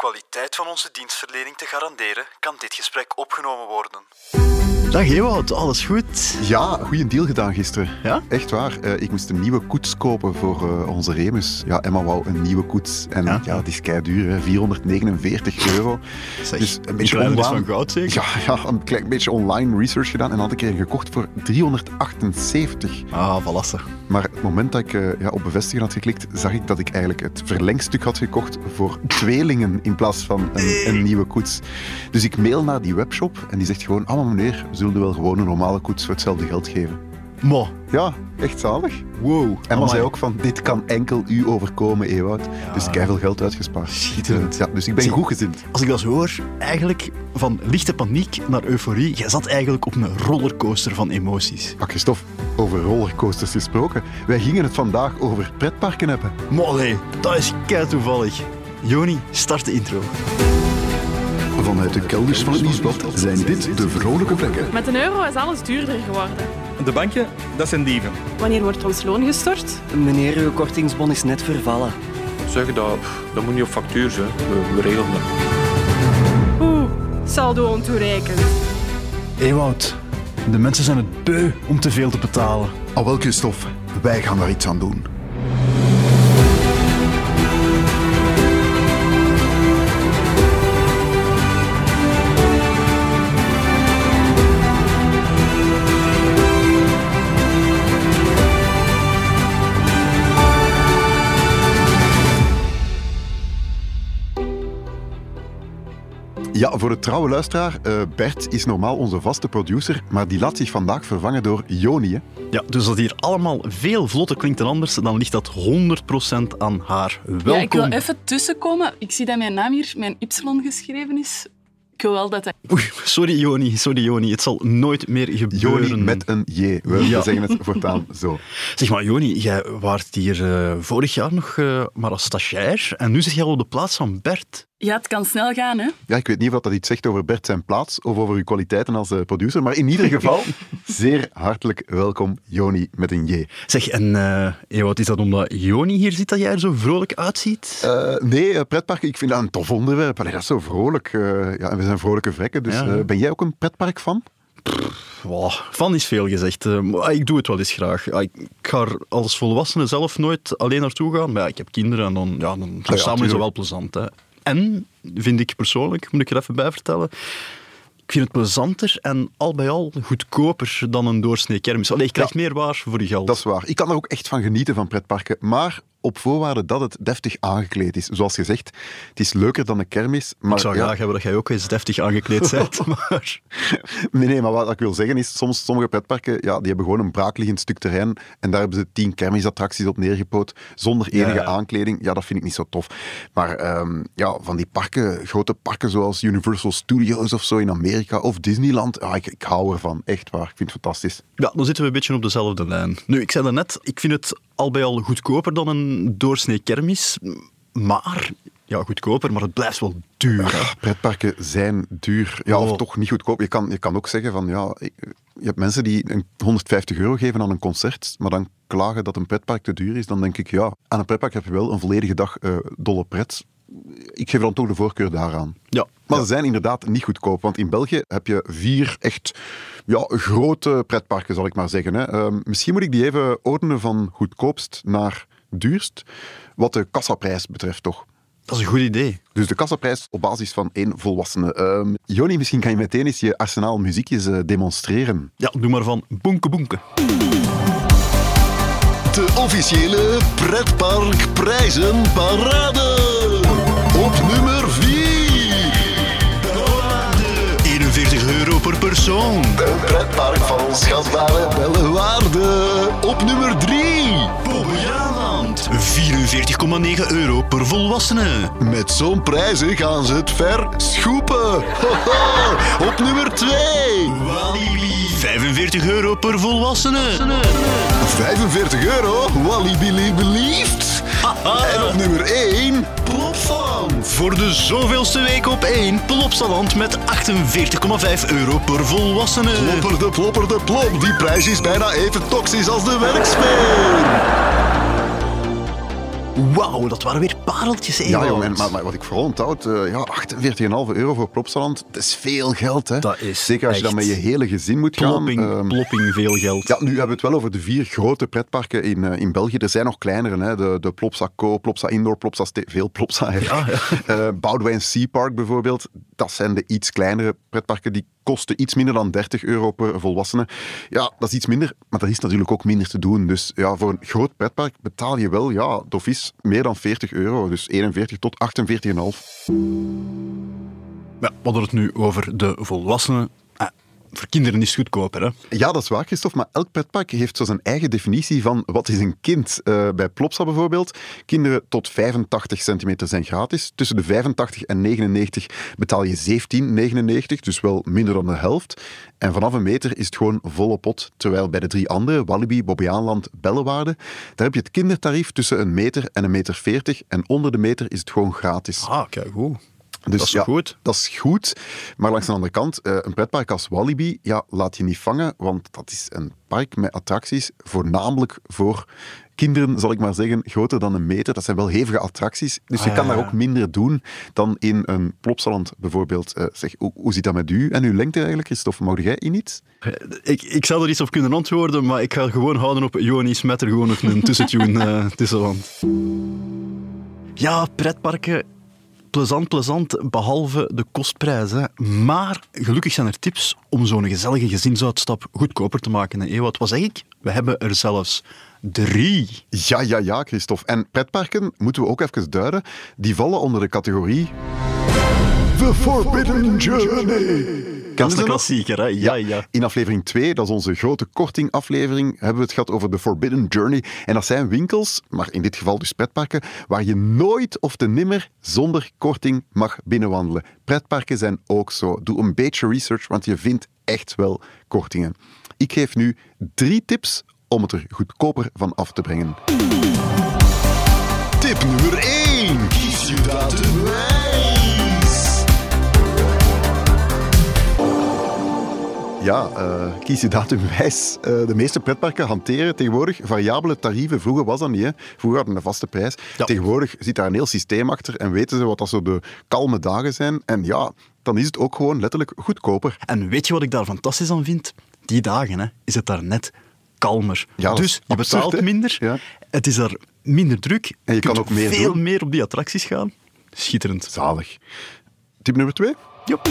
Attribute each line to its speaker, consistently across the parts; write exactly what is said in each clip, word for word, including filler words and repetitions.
Speaker 1: kwaliteit van onze dienstverlening te garanderen, kan dit gesprek opgenomen worden.
Speaker 2: Dag Ewout, alles goed?
Speaker 3: Ja, goeie deal gedaan gisteren.
Speaker 2: Ja?
Speaker 3: Echt waar. Uh, ik moest een nieuwe koets kopen voor uh, onze Remus. Ja, Emma wou een nieuwe koets. En ja, ja die is keiduur, hè. vierhonderdnegenenveertig euro.
Speaker 2: Zeg,
Speaker 3: dus een beetje
Speaker 2: online...
Speaker 3: online...
Speaker 2: van goud zeker?
Speaker 3: Ja, ja, een klein beetje online research gedaan en had ik er gekocht voor driehonderdachtenzeventig.
Speaker 2: Ah, valasse.
Speaker 3: Maar het moment dat ik uh, ja, op bevestigen had geklikt, zag ik dat ik eigenlijk het verlengstuk had gekocht voor tweelingen in plaats van een, een nieuwe koets. Dus ik mail naar die webshop en die zegt gewoon, ah, maar meneer, we zullen wel gewoon een normale koets voor hetzelfde geld geven.
Speaker 2: Mo.
Speaker 3: Ja, echt zalig.
Speaker 2: Wow.
Speaker 3: En maar zei ook van, dit kan enkel u overkomen, Ewout. Ja. Dus keiveel geld uitgespaard.
Speaker 2: Schitterend.
Speaker 3: Ja, dus ik ben goed gezind.
Speaker 2: Als ik dat zo hoor, eigenlijk van lichte paniek naar euforie, jij zat eigenlijk op een rollercoaster van emoties.
Speaker 3: Ah, Christophe, over rollercoasters gesproken. Wij gingen het vandaag over pretparken hebben.
Speaker 2: Molly, dat is kei toevallig. Joni, start de intro.
Speaker 4: Vanuit de kelders van het Nieuwsblad zijn dit de vrolijke vlekken.
Speaker 5: Met een euro is alles duurder geworden.
Speaker 6: De banken, dat zijn dieven.
Speaker 5: Wanneer wordt ons loon gestort?
Speaker 7: Meneer, uw kortingsbon is net vervallen.
Speaker 6: Zeg, dat, dat moet niet op factuur zijn. We, we regelen dat.
Speaker 5: Oeh, saldo ontoereikend.
Speaker 2: Ewout, de mensen zijn het beu om te veel te betalen.
Speaker 4: Al wel, Christophe, wij gaan daar iets aan doen.
Speaker 3: Ja, voor de trouwe luisteraar, uh, Bert is normaal onze vaste producer, maar die laat zich vandaag vervangen door Joni. Hè?
Speaker 2: Ja, dus als hier allemaal veel vlotter klinkt dan anders, dan ligt dat honderd procent aan haar. Welkom.
Speaker 5: Ja, ik wil even tussenkomen. Ik zie dat mijn naam hier met een Y geschreven is. Ik wil wel dat dat...
Speaker 2: Oei, sorry Joni, sorry Joni, het zal nooit meer gebeuren.
Speaker 3: Joni met een J, we ja. zeggen het voortaan zo.
Speaker 2: Zeg maar Joni, jij waart hier uh, vorig jaar nog uh, maar als stagiair en nu zit jij al op de plaats van Bert.
Speaker 5: Ja, het kan snel gaan, hè?
Speaker 3: Ja, ik weet niet of dat iets zegt over Bert zijn plaats of over uw kwaliteiten als uh, producer, maar in ieder geval zeer hartelijk welkom, Joni met een J.
Speaker 2: Zeg, en uh, Ewout, is dat omdat Joni hier zit dat jij er zo vrolijk uitziet?
Speaker 3: Uh, nee, uh, pretparken, ik vind dat een tof onderwerp. Allee, dat is zo vrolijk. Uh, ja, we zijn vrolijke vrekken, dus ja. uh, ben jij ook een pretpark-fan?
Speaker 2: Wow, fan is veel gezegd. Uh, ik doe het wel eens graag. Ik ga er als volwassene zelf nooit alleen naartoe gaan, maar ja, ik heb kinderen en dan, ja, dan ah, ja, samen is het wel plezant, hè. En, vind ik persoonlijk, moet ik er even bij vertellen, ik vind het plezanter en al bij al goedkoper dan een doorsnee kermis. Allee, je krijgt ja, meer waar voor je geld.
Speaker 3: Dat is waar. Ik kan er ook echt van genieten van pretparken, maar op voorwaarde dat het deftig aangekleed is. Zoals gezegd, het is leuker dan een kermis. Maar
Speaker 2: ik zou
Speaker 3: ja,
Speaker 2: graag hebben dat jij ook eens deftig aangekleed bent. Maar...
Speaker 3: Nee, nee, maar wat ik wil zeggen is, soms sommige pretparken, ja, die hebben gewoon een braakliggend stuk terrein en daar hebben ze tien kermisattracties op neergepoot, zonder enige ja, ja. aankleding. Ja, dat vind ik niet zo tof. Maar um, ja, van die parken, grote parken zoals Universal Studios of zo in Amerika, of Disneyland, ja, ik, ik hou ervan. Echt waar, ik vind het fantastisch.
Speaker 2: Ja, dan zitten we een beetje op dezelfde lijn. Nu, ik zei daarnet, ik vind het al bij al goedkoper dan een doorsnee kermis, maar... Ja, goedkoper, maar het blijft wel duur.
Speaker 3: Ach, pretparken zijn duur. Ja, oh. Of toch niet goedkoop. Je kan, je kan ook zeggen van, ja... Ik, je hebt mensen die honderdvijftig euro geven aan een concert, maar dan klagen dat een pretpark te duur is. Dan denk ik, ja, aan een pretpark heb je wel een volledige dag uh, dolle pret. Ik geef dan toch de voorkeur daaraan.
Speaker 2: Ja.
Speaker 3: Maar
Speaker 2: ja.
Speaker 3: ze zijn inderdaad niet goedkoop, want in België heb je vier echt ja, grote pretparken, zal ik maar zeggen. Hè. Uh, misschien moet ik die even ordenen van goedkoopst naar duurst, wat de kassaprijs betreft toch.
Speaker 2: Dat is een goed idee.
Speaker 3: Dus de kassaprijs op basis van één volwassene. Um, Joni, misschien kan je meteen eens je arsenaal muziekjes uh, demonstreren.
Speaker 2: Ja, doe maar van boenke boenke.
Speaker 4: De officiële pretparkprijzenparade. Op nummer vier.
Speaker 2: eenenveertig euro per persoon.
Speaker 4: Een pretpark van onschatbare bellenwaarde. Op nummer drie.
Speaker 2: Bobbejaanland. vierenveertig komma negen euro per volwassene.
Speaker 4: Met zo'n prijzen gaan ze het ver schoepen. Op nummer twee.
Speaker 2: Walibi. vijfenveertig euro per volwassene.
Speaker 4: vijfenveertig euro? Walibi belieft. En op nummer één. Plopsaland.
Speaker 2: Voor de zoveelste week op één. Plopsaland met achtenveertig komma vijf euro per volwassene.
Speaker 4: Plopper de plopper de plop. Die prijs is bijna even toxisch als de werksfeer.
Speaker 2: Wauw, dat waren weer pareltjes, hè?
Speaker 3: Ja, jongen, maar, maar wat ik vooral onthoud, uh, ja, achtenveertig komma vijf euro voor Plopsaland, dat is veel geld, hè?
Speaker 2: Dat is
Speaker 3: Zeker als je dan met je hele gezin moet
Speaker 2: plopping,
Speaker 3: gaan. Um,
Speaker 2: plopping veel geld.
Speaker 3: Ja, nu hebben we het wel over de vier grote pretparken in, uh, in België. Er zijn nog kleinere, hè? De, de Plopsa Co, Plopsa Indoor, Plopsa Ste- veel Plopsa. Ja, ja. Uh, Boudewijn Sea Park bijvoorbeeld, dat zijn de iets kleinere pretparken die kosten iets minder dan dertig euro per volwassene. Ja, dat is iets minder, maar er is natuurlijk ook minder te doen. Dus ja, voor een groot pretpark betaal je wel, ja, dof is, meer dan veertig euro. Dus eenenveertig tot achtenveertig komma vijf.
Speaker 2: Ja, we hadden het nu over de volwassenen. Ah, voor kinderen is het goedkoper, hè?
Speaker 3: Ja, dat is waar, Christophe, maar elk pretpark heeft zo zijn eigen definitie van wat is een kind. Uh, bij Plopsa bijvoorbeeld, kinderen tot vijfentachtig centimeter zijn gratis. Tussen de vijfentachtig en negenennegentig betaal je zeventien negenennegentig, dus wel minder dan de helft. En vanaf een meter is het gewoon volle pot. Terwijl bij de drie andere, Walibi, Bobbejaanland, Bellewaarde, daar heb je het kindertarief tussen een meter en een meter veertig. En onder de meter is het gewoon gratis.
Speaker 2: Ah, kijk, goed.
Speaker 3: Dus,
Speaker 2: dat is
Speaker 3: ja,
Speaker 2: goed.
Speaker 3: Dat is goed. Maar langs de andere kant, uh, een pretpark als Walibi, ja, laat je niet vangen, want dat is een park met attracties, voornamelijk voor kinderen, zal ik maar zeggen, groter dan een meter. Dat zijn wel hevige attracties, dus
Speaker 2: ah,
Speaker 3: je kan
Speaker 2: ja.
Speaker 3: daar ook minder doen dan in een Plopsaland bijvoorbeeld. Uh, zeg, hoe, hoe zit dat met u en uw lengte eigenlijk, Christophe? Mag jij in iets?
Speaker 2: Ik, ik zou er iets op kunnen antwoorden, maar ik ga gewoon houden op Joanie Smetter, gewoon nog een tussentune uh, tussenland. Ja, pretparken, plezant, plezant, behalve de kostprijs. Hè. Maar gelukkig zijn er tips om zo'n gezellige gezinsuitstap goedkoper te maken. Hè. Wat was zeg ik? We hebben er zelfs drie.
Speaker 3: Ja, ja, ja, Christophe. En pretparken, moeten we ook even duiden, die vallen onder de categorie
Speaker 4: The Forbidden Journey.
Speaker 2: Dat is een klassieker, hè? Ja, ja.
Speaker 3: In aflevering twee, dat is onze grote kortingaflevering, hebben we het gehad over The Forbidden Journey. En dat zijn winkels, maar in dit geval dus pretparken, waar je nooit of te nimmer zonder korting mag binnenwandelen. Pretparken zijn ook zo. Doe een beetje research, want je vindt echt wel kortingen. Ik geef nu drie tips om het er goedkoper van af te brengen.
Speaker 4: Tip nummer één. Kies je datum wijs.
Speaker 3: Ja, uh, kies je datumwijs. Uh, de meeste pretparken hanteren tegenwoordig variabele tarieven. Vroeger was dat niet, hè. Vroeger hadden we een vaste prijs. Ja. Tegenwoordig zit daar een heel systeem achter en weten ze wat dat zo de kalme dagen zijn. En ja, dan is het ook gewoon letterlijk goedkoper.
Speaker 2: En weet je wat ik daar fantastisch aan vind? Die dagen, hè, is het daar net kalmer.
Speaker 3: Ja,
Speaker 2: dus je
Speaker 3: absurd,
Speaker 2: betaalt
Speaker 3: hè?
Speaker 2: minder,
Speaker 3: Ja.
Speaker 2: Het is daar minder druk.
Speaker 3: En je,
Speaker 2: je
Speaker 3: kan ook meer
Speaker 2: veel
Speaker 3: doen.
Speaker 2: meer op die attracties gaan. Schitterend.
Speaker 3: Zalig. Tip nummer twee?
Speaker 2: Yep.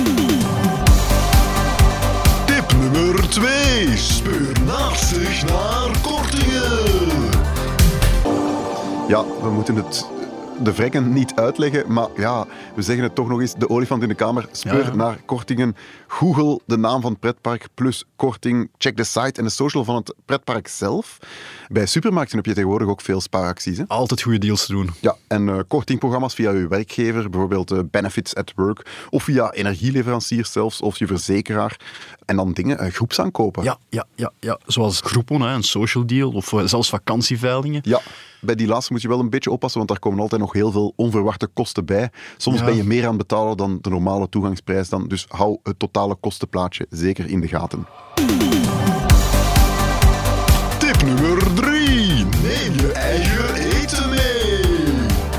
Speaker 4: Tip nummer twee. Speur naastig naar kortingen.
Speaker 3: Ja, we moeten het de vrekken niet uitleggen, maar ja, we zeggen het toch nog eens, de olifant in de kamer, speur ja, ja. naar kortingen. Google de naam van het pretpark plus korting. Check de site en de social van het pretpark zelf. Bij supermarkten heb je tegenwoordig ook veel spaaracties. Hè?
Speaker 2: Altijd goede deals te doen.
Speaker 3: Ja, en uh, kortingprogramma's via je werkgever, bijvoorbeeld uh, Benefits at Work, of via energieleveranciers zelfs, of je verzekeraar. En dan dingen, uh, groepsaankopen.
Speaker 2: Ja, ja, ja, ja. Zoals Groupon, hè, een social deal, of uh, zelfs vakantieveilingen.
Speaker 3: Ja. Bij die laatste moet je wel een beetje oppassen, want daar komen altijd nog heel veel onverwachte kosten bij. Soms ja. ben je meer aan het betalen dan de normale toegangsprijs dan, dus hou het totale kostenplaatje zeker in de gaten.
Speaker 4: Tip nummer drie. Neem je eigen eten mee.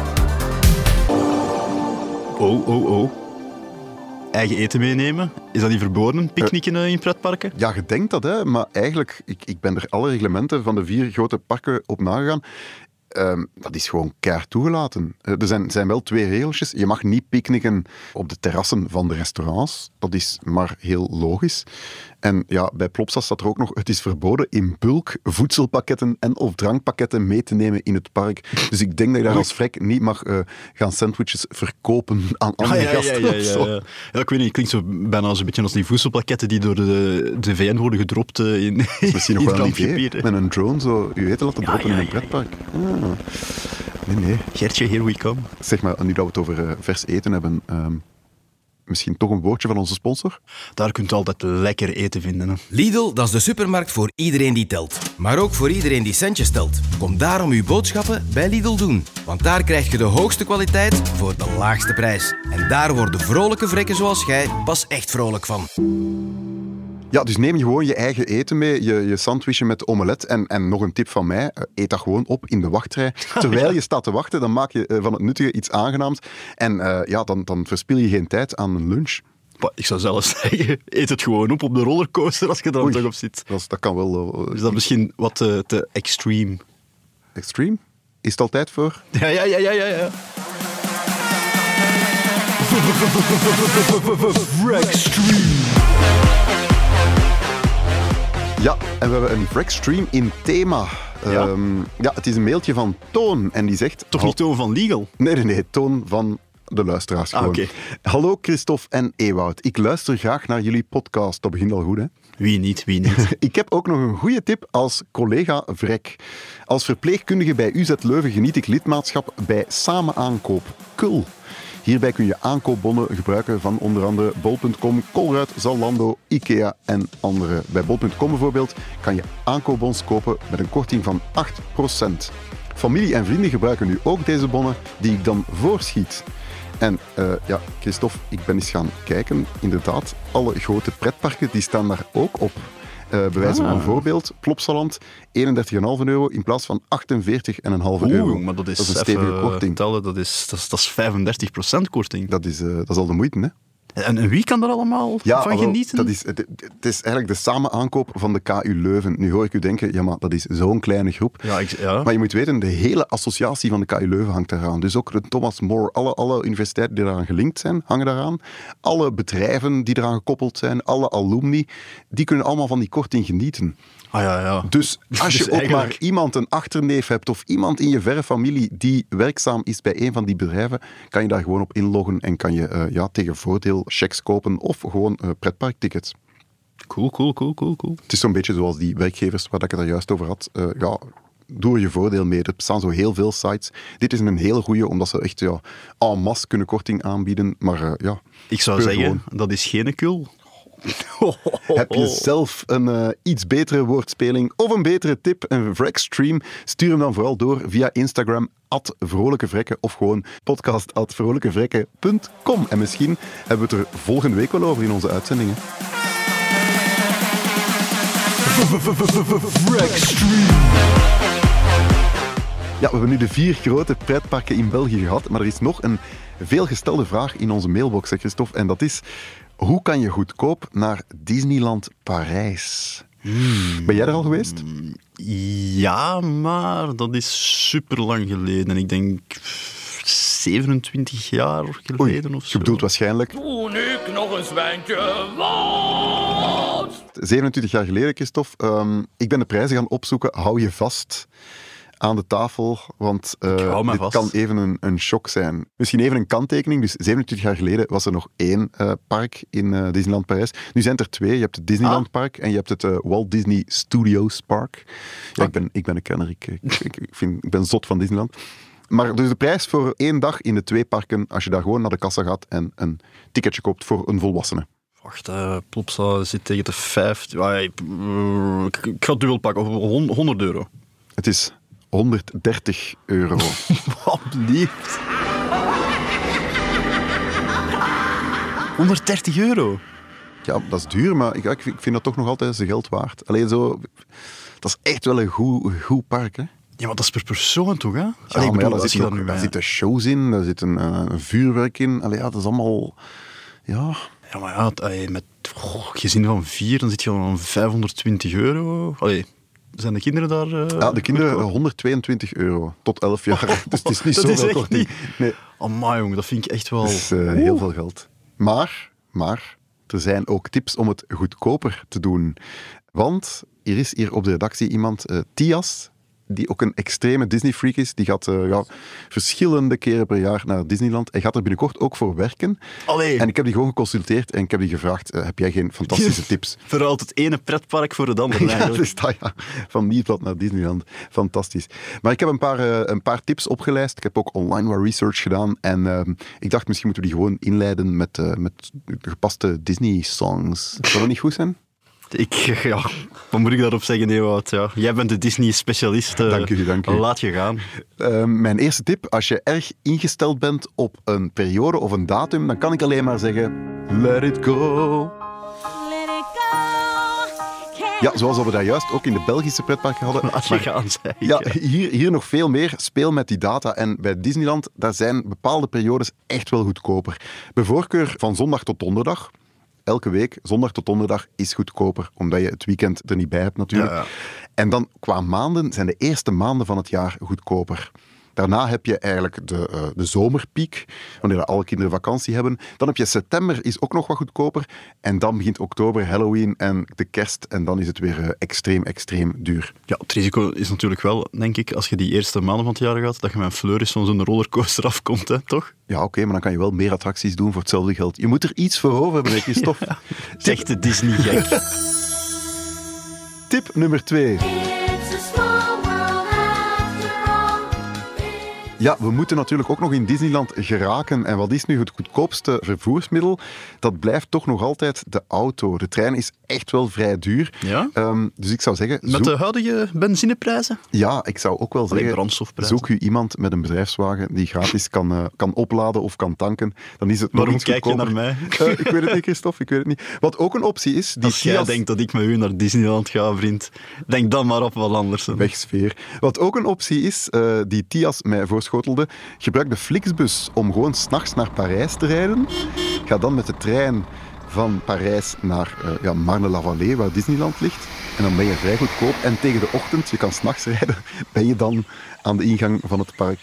Speaker 2: Oh, oh, oh. Eigen eten meenemen? Is dat niet verboden? Picknicken uh, in pretparken?
Speaker 3: Ja, je denkt dat, hè, maar eigenlijk, ik, ik ben er alle reglementen van de vier grote parken op nagegaan. Um, dat is gewoon keihard toegelaten. Uh, er zijn, zijn wel twee regeltjes. Je mag niet picknicken op de terrassen van de restaurants. Dat is maar heel logisch. En ja, bij Plopsa staat er ook nog, het is verboden in bulk voedselpakketten en of drankpakketten mee te nemen in het park. Dus ik denk dat je daar als vrek niet mag uh, gaan sandwiches verkopen aan andere
Speaker 2: ah, ja,
Speaker 3: gasten.
Speaker 2: Ja, ja, ja, ja. ja, ik weet niet, het klinkt zo bijna als een beetje als die voedselpakketten die door de, de V N worden gedropt uh, in,
Speaker 3: misschien nog
Speaker 2: in
Speaker 3: wel een idee, met een drone zo je eten laten
Speaker 2: ja,
Speaker 3: droppen
Speaker 2: ja,
Speaker 3: in een
Speaker 2: ja.
Speaker 3: pretpark. Ah. Nee, nee.
Speaker 2: Gertje, here we come.
Speaker 3: Zeg maar, nu dat we het over uh, vers eten hebben, um, misschien toch een woordje van onze sponsor?
Speaker 2: Daar kunt u altijd lekker eten vinden. Hè.
Speaker 8: Lidl, dat is de supermarkt voor iedereen die telt. Maar ook voor iedereen die centjes telt. Kom daarom uw boodschappen bij Lidl doen. Want daar krijg je de hoogste kwaliteit voor de laagste prijs. En daar worden vrolijke vrekken zoals jij pas echt vrolijk van.
Speaker 3: Ja, dus neem gewoon je eigen eten mee, je, je sandwichje met omelet. En, en nog een tip van mij, eet dat gewoon op in de wachtrij. Terwijl je staat te wachten, dan maak je van het nuttige iets aangenaams. En uh, ja, dan, dan verspil je geen tijd aan een lunch.
Speaker 2: Ik zou zelfs zeggen, eet het gewoon op op de rollercoaster als je er dan toch op zit.
Speaker 3: Dat, dat kan wel... Uh,
Speaker 2: is dat misschien wat te, te extreme?
Speaker 3: Extreme? Is het altijd voor?
Speaker 2: Ja, ja, ja, ja, ja. ja. Vrextreme.
Speaker 3: Ja, en we hebben een Vrextreme in thema.
Speaker 2: Ja?
Speaker 3: Um, ja, het is een mailtje van Toon en die zegt...
Speaker 2: Toch niet Toon van Legal?
Speaker 3: Nee, nee, nee, Toon van de luisteraars gewoon.
Speaker 2: Ah, okay.
Speaker 3: Hallo Christophe en Ewout. Ik luister graag naar jullie podcast. Dat begint al goed, hè?
Speaker 2: Wie niet, wie niet.
Speaker 3: Ik heb ook nog een goede tip als collega Vrek. Als verpleegkundige bij U Z Leuven geniet ik lidmaatschap bij Samen Aankoop. Kul. Hierbij kun je aankoopbonnen gebruiken van onder andere bol punt com, Colruyt, Zalando, Ikea en andere. Bij bol punt com bijvoorbeeld kan je aankoopbons kopen met een korting van acht procent. Familie en vrienden gebruiken nu ook deze bonnen die ik dan voorschiet. En uh, ja, Christophe, ik ben eens gaan kijken. Inderdaad, alle grote pretparken die staan daar ook op. Uh, bij wijze van
Speaker 2: ah.
Speaker 3: een voorbeeld, Plopsaland, eenendertig komma vijf euro in plaats van achtenveertig komma vijf
Speaker 2: Oeh,
Speaker 3: euro.
Speaker 2: maar dat is,
Speaker 3: dat is een stevige
Speaker 2: even
Speaker 3: korting.
Speaker 2: Tellen, dat, is, dat, is, dat is vijfendertig procent korting.
Speaker 3: Dat is, uh, dat is al de moeite, hè?
Speaker 2: En, en wie kan er allemaal
Speaker 3: ja,
Speaker 2: van
Speaker 3: wel,
Speaker 2: genieten?
Speaker 3: Dat is, het, het is eigenlijk de samen aankoop van de K U Leuven. Nu hoor ik u denken, ja, maar dat is zo'n kleine groep.
Speaker 2: Ja, ik, ja.
Speaker 3: Maar je moet weten, de hele associatie van de K U Leuven hangt daaraan. Dus ook de Thomas More, alle, alle universiteiten die daaraan gelinkt zijn, hangen daaraan. Alle bedrijven die eraan gekoppeld zijn, alle alumni, die kunnen allemaal van die korting genieten.
Speaker 2: Ah, ja, ja.
Speaker 3: Dus als je
Speaker 2: Dus
Speaker 3: ook
Speaker 2: eigenlijk...
Speaker 3: maar iemand, een achterneef hebt of iemand in je verre familie die werkzaam is bij een van die bedrijven, kan je daar gewoon op inloggen en kan je uh, ja, tegen voordeel checks kopen of gewoon uh, pretparktickets.
Speaker 2: Cool, cool, cool, cool, cool.
Speaker 3: Het is zo'n beetje zoals die werkgevers waar ik het er juist over had. Uh, ja, doe er je voordeel mee. Er bestaan zo heel veel sites. Dit is een hele goeie, omdat ze echt ja, en masse kunnen korting aanbieden. Maar uh, ja,
Speaker 2: ik zou zeggen,
Speaker 3: gewoon.
Speaker 2: Dat is geen kul.
Speaker 3: Heb je zelf een uh, iets betere woordspeling of een betere tip, een Vrextreme, stuur hem dan vooral door via Instagram at vrolijke vrekken of gewoon podcast at vrolijke vrekken punt com. En misschien hebben we het er volgende week wel over in onze uitzendingen. Ja, we hebben nu de vier grote pretparken in België gehad, maar er is nog een veelgestelde vraag in onze mailbox, hè, Christophe, en dat is: hoe kan je goedkoop naar Disneyland Parijs? Hmm. Ben jij er al geweest?
Speaker 2: Ja, maar dat is super lang geleden. Ik denk zevenentwintig jaar geleden
Speaker 3: Oei,
Speaker 2: of zo.
Speaker 3: Je bedoelt waarschijnlijk...
Speaker 9: Toen ik nog een zwijntje was.
Speaker 3: zevenentwintig jaar geleden, Christophe. Um, ik ben de prijzen gaan opzoeken. Hou je vast aan de tafel, want uh, dit
Speaker 2: vast.
Speaker 3: kan even een, een shock zijn. Misschien even een kanttekening. Dus zevenentwintig jaar geleden was er nog één uh, park in uh, Disneyland Parijs. Nu zijn het er twee. Je hebt het Disneyland Park en je hebt het uh, Walt Disney Studios Park. Ja, ah. ik, ben, ik ben een kenner. Ik, ik, ik, ik, vind, ik ben zot van Disneyland. Maar dus de prijs voor één dag in de twee parken, als je daar gewoon naar de kassa gaat en een ticketje koopt voor een volwassene.
Speaker 2: Wacht, uh, Plopsa zit tegen de vijftig. Ah, ik, uh, ik, ik ga het dubbel pakken, honderd euro.
Speaker 3: Het is honderddertig euro.
Speaker 2: Wat lief. honderddertig euro?
Speaker 3: Ja, dat is duur, maar ik, ik vind dat toch nog altijd zijn geld waard. Alleen zo, dat is echt wel een goed, goed park, hè?
Speaker 2: Ja, maar dat is per persoon toch, hè?
Speaker 3: Ja,
Speaker 2: Allee,
Speaker 3: maar
Speaker 2: bedoel,
Speaker 3: ja, daar zitten
Speaker 2: nu,
Speaker 3: daar zitten shows in, daar zit een, een vuurwerk in. Allee, ja, dat is allemaal... Ja...
Speaker 2: Ja, maar ja, allee, met oh, gezin van vier, dan zit je aan vijfhonderdtwintig euro. Allee, zijn de kinderen daar... Uh,
Speaker 3: ja, de kinderen honderdtweeëntwintig euro, tot elf jaar. Oh, dus het is niet zoveel korting. Nee.
Speaker 2: Amai, jongen, dat vind ik echt wel...
Speaker 3: Dat is uh, heel veel geld. Maar, maar, er zijn ook tips om het goedkoper te doen. Want er is hier op de redactie iemand, uh, Thias, die ook een extreme Disney-freak is. Die gaat uh, ja, verschillende keren per jaar naar Disneyland. Hij gaat er binnenkort ook voor werken.
Speaker 2: Allee.
Speaker 3: En ik heb die gewoon geconsulteerd en ik heb die gevraagd, uh, heb jij geen fantastische tips?
Speaker 2: Verhaalt het ene pretpark voor het andere.
Speaker 3: Ja, dat is dat, ja. Van Nieuwplat naar Disneyland. Fantastisch. Maar ik heb een paar, uh, een paar tips opgelijst. Ik heb ook online wat research gedaan. En uh, ik dacht, misschien moeten we die gewoon inleiden met, uh, met gepaste Disney-songs. Zou dat niet goed zijn?
Speaker 2: Ik, ja, wat moet ik daarop zeggen, Ewout? Ja, jij bent de Disney-specialist. Uh,
Speaker 3: dank u, dank u.
Speaker 2: Laat je gaan.
Speaker 3: Uh, mijn eerste tip, als je erg ingesteld bent op een periode of een datum, dan kan ik alleen maar zeggen, let it go.
Speaker 10: Let it go.
Speaker 3: Ja, zoals we dat juist ook in de Belgische pretparken hadden.
Speaker 2: Laat je gaan, zeg ik.
Speaker 3: Ja, hier, hier nog veel meer. Speel met die data. En bij Disneyland, daar zijn bepaalde periodes echt wel goedkoper. Bij voorkeur van zondag tot donderdag. Elke week, zondag tot donderdag, is goedkoper. Omdat je het weekend er niet bij hebt natuurlijk. Ja, ja. En dan qua maanden zijn de eerste maanden van het jaar goedkoper. Daarna heb je eigenlijk de, uh, de zomerpiek, wanneer alle kinderen vakantie hebben. Dan heb je september, is ook nog wat goedkoper. En dan begint oktober, Halloween en de kerst. En dan is het weer uh, extreem, extreem duur.
Speaker 2: Ja, het risico is natuurlijk wel, denk ik, als je die eerste maanden van het jaar gaat, dat je met een fleuris van zo'n rollercoaster afkomt, hè, toch?
Speaker 3: Ja, oké, okay, maar dan kan je wel meer attracties doen voor hetzelfde geld. Je moet er iets voor over hebben, Christophe.
Speaker 2: Ja, zegt de Disney-gek.
Speaker 3: Tip nummer twee. Ja, we moeten natuurlijk ook nog in Disneyland geraken. En wat is nu het goedkoopste vervoersmiddel? Dat blijft toch nog altijd de auto. De trein is echt wel vrij duur.
Speaker 2: Ja?
Speaker 3: Um, dus ik zou zeggen...
Speaker 2: Met
Speaker 3: zoek...
Speaker 2: de huidige benzineprijzen?
Speaker 3: Ja, ik zou ook wel
Speaker 2: Alleen
Speaker 3: zeggen...
Speaker 2: brandstofprijzen.
Speaker 3: Zoek u iemand met een bedrijfswagen die gratis kan, uh, kan opladen of kan tanken. Dan is het
Speaker 2: Waarom
Speaker 3: nog iets
Speaker 2: kijk je naar
Speaker 3: goedkoper.
Speaker 2: mij?
Speaker 3: Uh, ik weet het niet, Christophe. Ik weet het niet. Wat ook een optie is... Die
Speaker 2: Als jij
Speaker 3: Tias...
Speaker 2: denkt dat ik met u naar Disneyland ga, vriend, denk dan maar op wat anders.
Speaker 3: Wegsfeer. Wat ook een optie is, uh, die Tias mij voorschotelde... Gebruik de Flixbus om gewoon 's nachts naar Parijs te rijden. Ga dan met de trein van Parijs naar uh, ja, Marne-la-Vallée, waar Disneyland ligt. En dan ben je vrij goedkoop. En tegen de ochtend, je kan 's nachts rijden, ben je dan aan de ingang van het park.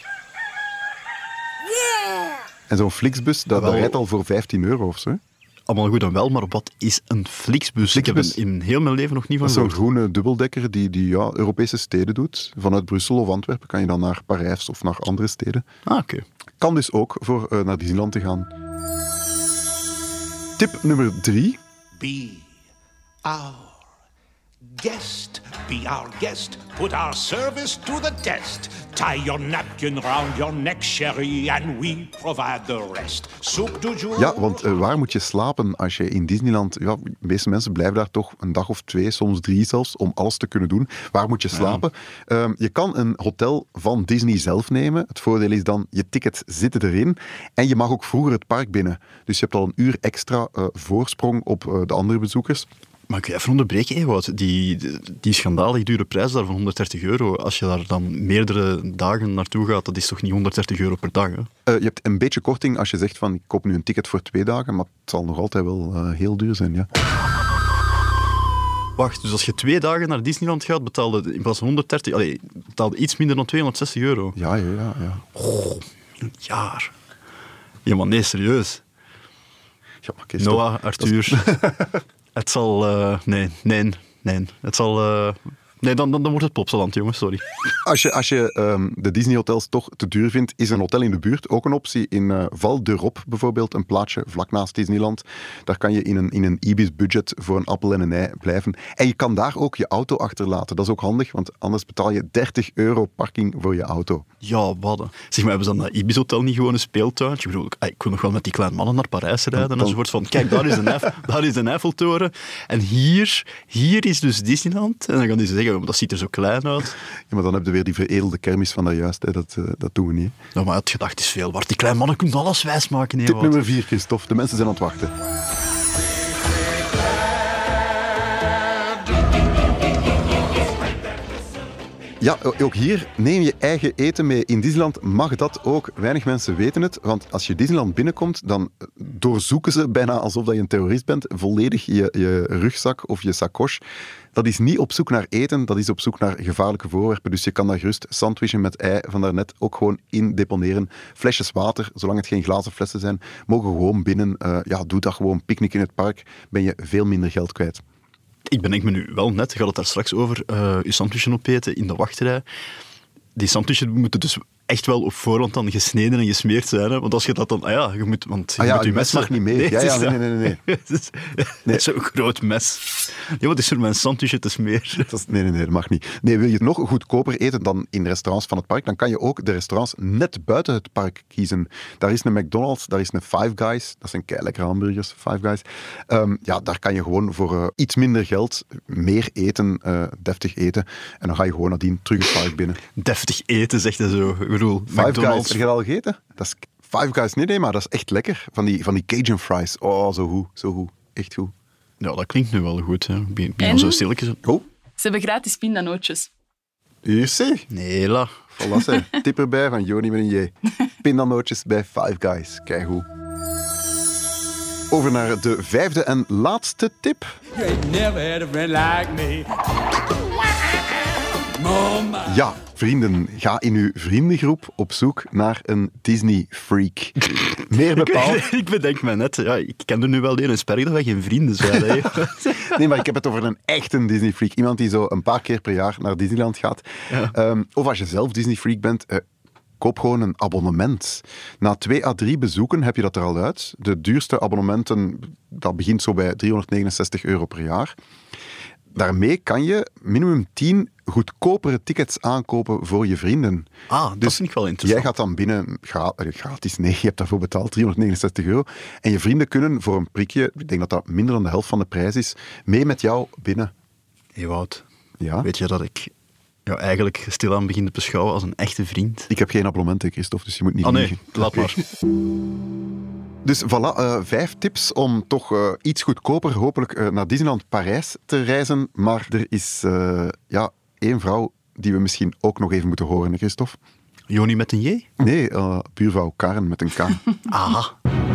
Speaker 3: Yeah! En zo'n Flixbus, dat, dat rijdt al voor vijftien euro of zo.
Speaker 2: Allemaal goed en wel, maar wat is een Flixbus?
Speaker 3: Flixbus.
Speaker 2: Ik heb er in heel mijn leven nog niet van
Speaker 3: gehoord.
Speaker 2: Dat
Speaker 3: is zo'n groene dubbeldekker die, die ja, Europese steden doet. Vanuit Brussel of Antwerpen kan je dan naar Parijs of naar andere steden.
Speaker 2: Ah, oké. Okay.
Speaker 3: Kan dus ook voor uh, naar Disneyland te gaan. Tip nummer drie.
Speaker 10: Be our guest. Be our guest. Put our service to the test. Tie your napkin round your neck, Sherry, and we provide the rest. Soup du jour.
Speaker 3: Ja, want uh, waar moet je slapen als je in Disneyland... Ja, de meeste mensen blijven daar toch een dag of twee, soms drie zelfs, om alles te kunnen doen. Waar moet je slapen? Ja. Uh, je kan een hotel van Disney zelf nemen. Het voordeel is dan, je tickets zitten erin. En je mag ook vroeger het park binnen. Dus je hebt al een uur extra uh, voorsprong op uh, de andere bezoekers.
Speaker 2: Maar ik je even onderbreken, Ewout? Die, die schandalig dure prijs daar van honderddertig euro, als je daar dan meerdere dagen naartoe gaat, dat is toch niet honderddertig euro per dag? Hè?
Speaker 3: Uh, je hebt een beetje korting als je zegt van, ik koop nu een ticket voor twee dagen, maar het zal nog altijd wel uh, heel duur zijn, ja.
Speaker 2: Wacht, dus als je twee dagen naar Disneyland gaat, betaalde in plaats van honderddertig, allee, betaalde iets minder dan tweehonderdzestig euro.
Speaker 3: Ja, ja, ja. ja.
Speaker 2: Oh, een jaar. Ja, maar nee, serieus.
Speaker 3: Ja, maar
Speaker 2: Noah, Arthur... Het zal... Uh, nee, nee, nee. Het zal... Uh, nee, dan, dan, dan wordt het Plopsaland, jongens, sorry.
Speaker 3: Als je, als je um, de Disney-hotels toch te duur vindt, is een hotel in de buurt ook een optie. In uh, Val d'Europe bijvoorbeeld, een plaatsje vlak naast Disneyland. Daar kan je in een, in een Ibis-budget voor een appel en een ei blijven. En je kan daar ook je auto achterlaten. Dat is ook handig, want anders betaal je dertig euro parking voor je auto.
Speaker 2: Ja, wat? Zeg maar, hebben ze dan dat Ibis-hotel niet gewoon een speeltuintje? Ik bedoel, ik wil nog wel met die kleine mannen naar Parijs rijden dan, dan... enzovoort. Van, kijk, daar is, de Eiffel, daar is de Eiffeltoren. En hier, hier is dus Disneyland. En dan gaan die zeggen, dat ziet er zo klein uit.
Speaker 3: Ja, maar dan heb je weer die veredelde kermis van daarjuist. Hè. Dat, uh, dat doen we niet.
Speaker 2: Ja, maar het gedacht is veel waard. Die kleine mannen kunnen alles wijsmaken.
Speaker 3: Tip wat. nummer vier, Christophe. De mensen zijn aan het wachten. Ja, ook hier neem je eigen eten mee. In Disneyland mag dat ook. Weinig mensen weten het, want als je Disneyland binnenkomt, dan doorzoeken ze bijna alsof je een terrorist bent, volledig je, je rugzak of je sacoche. Dat is niet op zoek naar eten, dat is op zoek naar gevaarlijke voorwerpen. Dus je kan daar gerust sandwichen met ei van daarnet ook gewoon in deponeren. Flesjes water, zolang het geen glazen flessen zijn, mogen gewoon binnen. Uh, ja, doe dat gewoon, picknick in het park, ben je veel minder geld kwijt.
Speaker 2: Ik bedenk me nu wel net, je had het daar straks over, uh, je sandwichen opeten in de wachtrij. Die sandwichen moeten dus echt wel op voorhand dan gesneden en gesmeerd zijn. Hè? Want als je dat dan... Ah ja, je moet... Want je
Speaker 3: ah ja,
Speaker 2: moet je
Speaker 3: mes mag niet mee.
Speaker 2: Nee,
Speaker 3: ja, ja,
Speaker 2: nee,
Speaker 3: nee, nee, nee. nee.
Speaker 2: Het is, nee. is zo'n groot mes. Ja, wat is er met een sandwichje te smeren?
Speaker 3: Dat is, nee, nee, nee, dat mag niet. Nee, wil je het nog goedkoper eten dan in restaurants van het park, dan kan je ook de restaurants net buiten het park kiezen. Daar is een McDonald's, daar is een Five Guys. Dat zijn keilekkere hamburgers, Five Guys. Um, ja, daar kan je gewoon voor uh, iets minder geld meer eten, uh, deftig eten. En dan ga je gewoon nadien terug het park binnen.
Speaker 2: Deftig eten, zegt hij zo. Ik bedoel,
Speaker 3: Five
Speaker 2: McDonald's.
Speaker 3: Guys, heb je dat al gegeten? Dat is Five Guys, nee, nee, maar dat is echt lekker. Van die, van die Cajun fries. Oh, zo goed, zo goed. Echt goed.
Speaker 2: Ja, dat klinkt nu wel goed. Hè. Ik ben, ben
Speaker 5: En?
Speaker 2: al zo stilletjes.
Speaker 3: Oh,
Speaker 5: Ze hebben gratis pindanootjes.
Speaker 3: hier zie.
Speaker 2: Nee, la.
Speaker 3: Voilà, zeg. Tip erbij van Joni met een J. Pindanootjes bij Five Guys. Kijk hoe. Over naar de vijfde en laatste tip. Ja, vrienden, ga in uw vriendengroep op zoek naar een Disney-freak. Meer bepaald...
Speaker 2: Ik bedenk me net, ja, ik ken er nu wel een sperg dat wij geen vrienden zijn. Hè.
Speaker 3: Nee, maar ik heb het over een echte Disney-freak. Iemand die zo een paar keer per jaar naar Disneyland gaat.
Speaker 2: Ja.
Speaker 3: Um, of als je zelf Disney-freak bent... Uh, koop gewoon een abonnement. Na twee à drie bezoeken heb je dat er al uit. De duurste abonnementen, dat begint zo bij driehonderdnegenenzestig euro per jaar. Daarmee kan je minimum tien goedkopere tickets aankopen voor je vrienden.
Speaker 2: Ah, dat
Speaker 3: dus
Speaker 2: vind ik wel interessant.
Speaker 3: Jij gaat dan binnen, gra- gratis, nee, je hebt daarvoor betaald, driehonderdnegenenzestig euro. En je vrienden kunnen voor een prikje, ik denk dat dat minder dan de helft van de prijs is, mee met jou binnen.
Speaker 2: Hey Wout,
Speaker 3: Ja?
Speaker 2: weet je dat ik jou eigenlijk stilaan begin te beschouwen als een echte vriend?
Speaker 3: Ik heb geen abonnementen, Christophe, dus je moet niet
Speaker 2: Ah nee,
Speaker 3: liegen.
Speaker 2: laat maar.
Speaker 3: Dus voilà, uh, vijf tips om toch uh, iets goedkoper hopelijk uh, naar Disneyland Parijs te reizen. Maar er is uh, ja, één vrouw die we misschien ook nog even moeten horen, hè, Christophe?
Speaker 2: Joni met een J?
Speaker 3: Nee, uh, buurvrouw Karen met een K.
Speaker 2: Aha.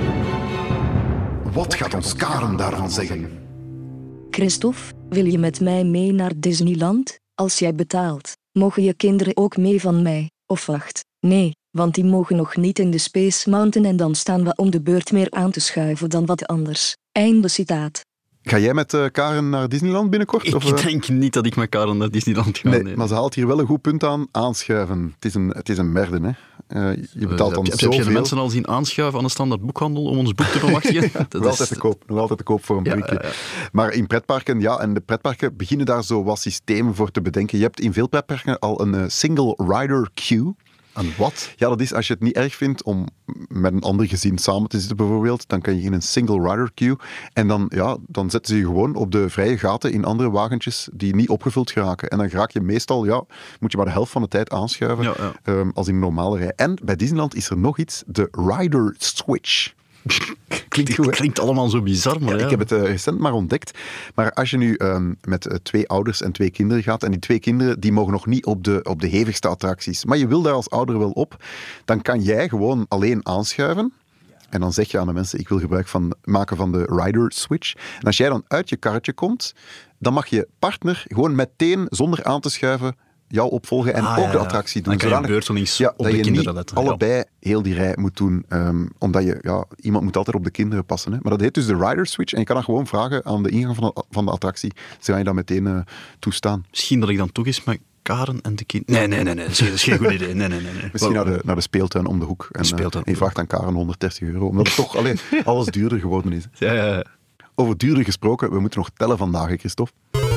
Speaker 4: Wat gaat ons Karen daarvan zeggen?
Speaker 11: Christophe, wil je met mij mee naar Disneyland? Als jij betaalt, mogen je kinderen ook mee van mij. Of wacht, nee, want die mogen nog niet in de Space Mountain en dan staan we om de beurt meer aan te schuiven dan wat anders. Einde citaat.
Speaker 3: Ga jij met uh, Karen naar Disneyland binnenkort?
Speaker 2: Ik
Speaker 3: of, uh?
Speaker 2: denk niet dat ik met Karen naar Disneyland ga.
Speaker 3: Nee,
Speaker 2: nee.
Speaker 3: maar ze haalt hier wel een goed punt aan. Aanschuiven. Het is een, het is een merde, hè. Uh, je betaalt
Speaker 2: Uh,
Speaker 3: dan
Speaker 2: heb, je-
Speaker 3: zoveel.
Speaker 2: heb je de mensen al zien aanschuiven aan de standaard boekhandel om ons boek te bemachtigen? Dat
Speaker 3: nog
Speaker 2: is-
Speaker 3: altijd te koop. Nog altijd te koop voor een
Speaker 2: Ja,
Speaker 3: prikje.
Speaker 2: ja, ja.
Speaker 3: Maar in pretparken, ja, en de pretparken beginnen daar zo wat systemen voor te bedenken. Je hebt in veel pretparken al een uh, single rider queue.
Speaker 2: En wat?
Speaker 3: Ja, dat is als je het niet erg vindt om met een ander gezin samen te zitten bijvoorbeeld, dan kan je in een single rider queue en dan, ja, dan zetten ze je gewoon op de vrije gaten in andere wagentjes die niet opgevuld geraken. En dan raak je meestal, ja, moet je maar de helft van de tijd aanschuiven
Speaker 2: Ja, ja.
Speaker 3: um, als in een normale rij. En bij Disneyland is er nog iets, de rider switch. Klinkt goed, hè?
Speaker 2: Klinkt allemaal zo bizar, maar
Speaker 3: Ja,
Speaker 2: ja.
Speaker 3: ik heb het uh, recent maar ontdekt. Maar als je nu um, met uh, twee ouders en twee kinderen gaat, en die twee kinderen die mogen nog niet op de, op de hevigste attracties, maar je wil daar als ouder wel op, dan kan jij gewoon alleen aanschuiven. En dan zeg je aan de mensen, ik wil gebruik van, maken van de rider switch. En als jij dan uit je karretje komt, dan mag je partner gewoon meteen, zonder aan te schuiven, jou opvolgen en
Speaker 2: Ah,
Speaker 3: ook
Speaker 2: ja,
Speaker 3: de
Speaker 2: ja.
Speaker 3: attractie doen.
Speaker 2: Dan kan je
Speaker 3: Zodanig-
Speaker 2: beurtelings
Speaker 3: ja,
Speaker 2: op
Speaker 3: dat
Speaker 2: de
Speaker 3: je
Speaker 2: kinderen
Speaker 3: niet
Speaker 2: letten. Ja.
Speaker 3: allebei heel die rij moet doen. Um, omdat je, ja, iemand moet altijd op de kinderen passen. Hè. Maar dat heet dus de rider switch. En je kan dan gewoon vragen aan de ingang van de, van de attractie. Ze gaan je dat meteen uh, toestaan.
Speaker 2: Misschien dat ik dan toch eens met Karen en de kind... Nee, nee, nee, nee, dat is dat is geen goed idee. Nee, nee, nee. nee.
Speaker 3: Misschien naar de, naar de speeltuin om de hoek. En, uh,
Speaker 2: speeltuin.
Speaker 3: en je vraagt aan Karen honderddertig euro. Omdat het toch alleen, alles duurder geworden is.
Speaker 2: Ja, ja, ja.
Speaker 3: Over duurder gesproken, we moeten nog tellen vandaag, hè, Christophe.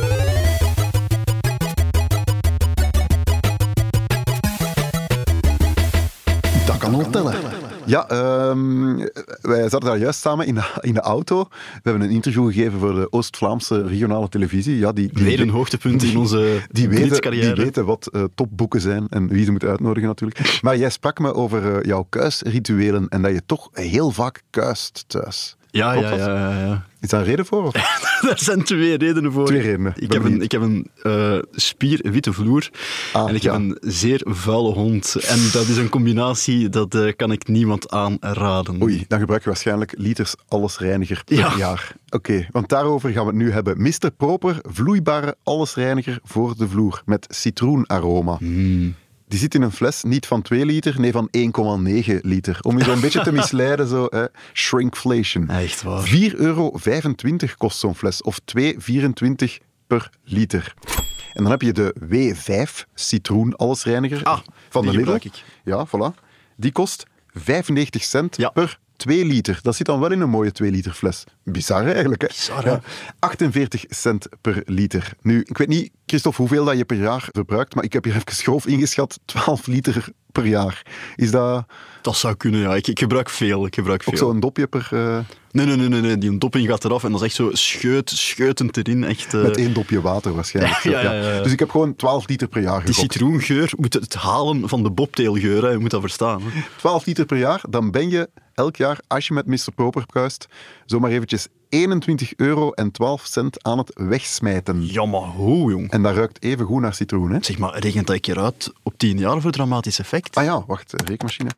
Speaker 4: Dat kan al tellen.
Speaker 3: Ja, um, wij zaten daar juist samen in de, in de auto. We hebben een interview gegeven voor de Oost-Vlaamse regionale televisie. Ja, die, die,
Speaker 2: Weer een hoogtepunt in onze
Speaker 3: die weten,
Speaker 2: blitscarrière.
Speaker 3: die weten wat uh, topboeken zijn en wie ze moeten uitnodigen natuurlijk. Maar jij sprak me over uh, jouw kuisrituelen en dat je toch heel vaak kuist thuis.
Speaker 2: Ja,
Speaker 3: Klopt
Speaker 2: ja,
Speaker 3: dat?
Speaker 2: ja, ja, ja.
Speaker 3: Is daar een reden voor? Of?
Speaker 2: Daar zijn twee redenen voor.
Speaker 3: Twee redenen.
Speaker 2: Ik
Speaker 3: Ben
Speaker 2: heb een,
Speaker 3: benieuwd.
Speaker 2: ik heb een uh, spierwitte vloer
Speaker 3: Ah,
Speaker 2: en ik
Speaker 3: ja.
Speaker 2: heb een zeer vuile hond. En dat is een combinatie, dat uh, kan ik niemand aanraden.
Speaker 3: Oei, dan gebruik je waarschijnlijk liters allesreiniger per
Speaker 2: Ja.
Speaker 3: jaar. Oké, okay, want daarover gaan we het nu hebben. mister Proper, vloeibare allesreiniger voor de vloer met citroenaroma.
Speaker 2: Mm.
Speaker 3: Die zit in een fles, niet van twee liter, nee van één komma negen liter. Om je zo'n beetje te misleiden, zo, hè. Shrinkflation.
Speaker 2: Echt waar.
Speaker 3: vier euro vijfentwintig kost zo'n fles, of twee euro vierentwintig per liter. En dan heb je de W vijf citroen allesreiniger
Speaker 2: Ah,
Speaker 3: van
Speaker 2: die
Speaker 3: de Lidl.
Speaker 2: gebruik ik.
Speaker 3: Ja, voilà. Die kost vijfennegentig cent
Speaker 2: Ja.
Speaker 3: per twee liter. Dat zit dan wel in een mooie twee liter fles. Bizar hè, eigenlijk. Hè?
Speaker 2: Bizar, hè?
Speaker 3: Ja. achtenveertig cent per liter. Nu, ik weet niet, Christophe, hoeveel dat je per jaar verbruikt, maar ik heb hier even grof ingeschat, twaalf liter per jaar. Is dat
Speaker 2: Dat zou kunnen, ja. Ik, ik gebruik veel. Ik gebruik veel.
Speaker 3: ook zo'n dopje per... Uh,
Speaker 2: Nee, nee, nee, nee, nee. Die dopping gaat eraf en dat is echt zo scheut, scheutend erin. Echt, uh...
Speaker 3: met één dopje water waarschijnlijk.
Speaker 2: Ja, ja, ja, ja.
Speaker 3: Dus ik heb gewoon twaalf liter per jaar
Speaker 2: Die
Speaker 3: gekocht.
Speaker 2: citroengeur moet het halen van de bobtailgeur, hè. Je moet dat verstaan. Hè.
Speaker 3: twaalf liter per jaar, dan ben je elk jaar, als je met mister Proper kuist, zomaar eventjes eenentwintig euro en twaalf cent aan het wegsmijten.
Speaker 2: Ja, maar hoe, jong?
Speaker 3: En dat ruikt even goed naar citroen, hè?
Speaker 2: Zeg maar, regent dat een keer uit op tien jaar voor dramatisch effect?
Speaker 3: Ah ja, wacht, rekenmachine.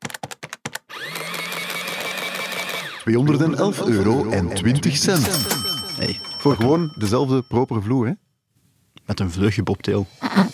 Speaker 3: tweehonderdelf euro en twintig cent.
Speaker 2: Hey,
Speaker 3: voor gewoon dezelfde propere vloer, hè?
Speaker 2: Met een vleugje bobtail.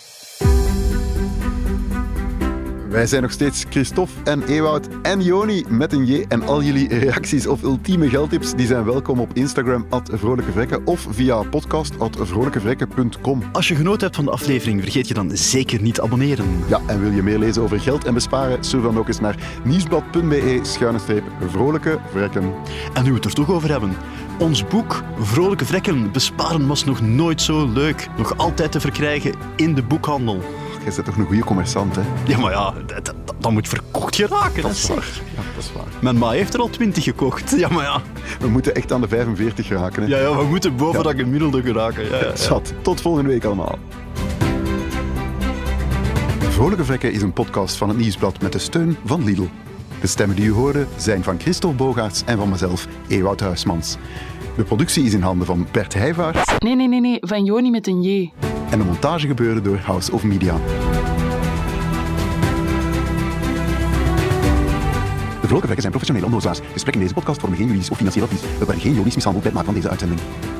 Speaker 3: Wij zijn nog steeds Christophe en Ewout en Joni met een J. En al jullie reacties of ultieme geldtips die zijn welkom op Instagram at Vrolijke Vrekken of via podcast at vrolijkevrekken punt com.
Speaker 2: Als je genoten hebt van de aflevering, vergeet je dan zeker niet te abonneren.
Speaker 3: Ja, en wil je meer lezen over geld en besparen, surf dan ook eens naar nieuwsblad punt be schuine streep Vrolijke Vrekken.
Speaker 2: En nu we het er toch over hebben. Ons boek Vrolijke Vrekken, besparen was nog nooit zo leuk. Nog altijd te verkrijgen in de boekhandel.
Speaker 3: Jij bent toch een goede commerçant, hè?
Speaker 2: Ja, maar ja, dat, dat, dat moet verkocht geraken.
Speaker 3: Dat is waar. Ja, dat is waar.
Speaker 2: Mijn ma heeft er al twintig gekocht. Ja, maar ja.
Speaker 3: We moeten echt aan de vijfenveertig geraken, hè?
Speaker 2: Ja, ja, we moeten boven ja. dat gemiddelde geraken. Ja, ja, ja.
Speaker 3: Zat. Tot volgende week allemaal. Vrolijke Vrekken is een podcast van het Nieuwsblad met de steun van Lidl. De stemmen die u hoorde zijn van Christophe Bogaerts en van mezelf, Ewout Huismans. De productie is in handen van Bert Heijvaart.
Speaker 5: Nee, nee, nee, nee, van Joni met een J.
Speaker 3: En de montage gebeurde door House of Media. De Vrolijke Vrekken zijn professionele omlozaars. Gesprekken in deze podcast vormen geen juridisch of financieel advies. We brengen geen juridisch mishandeld bij het maken van deze uitzending.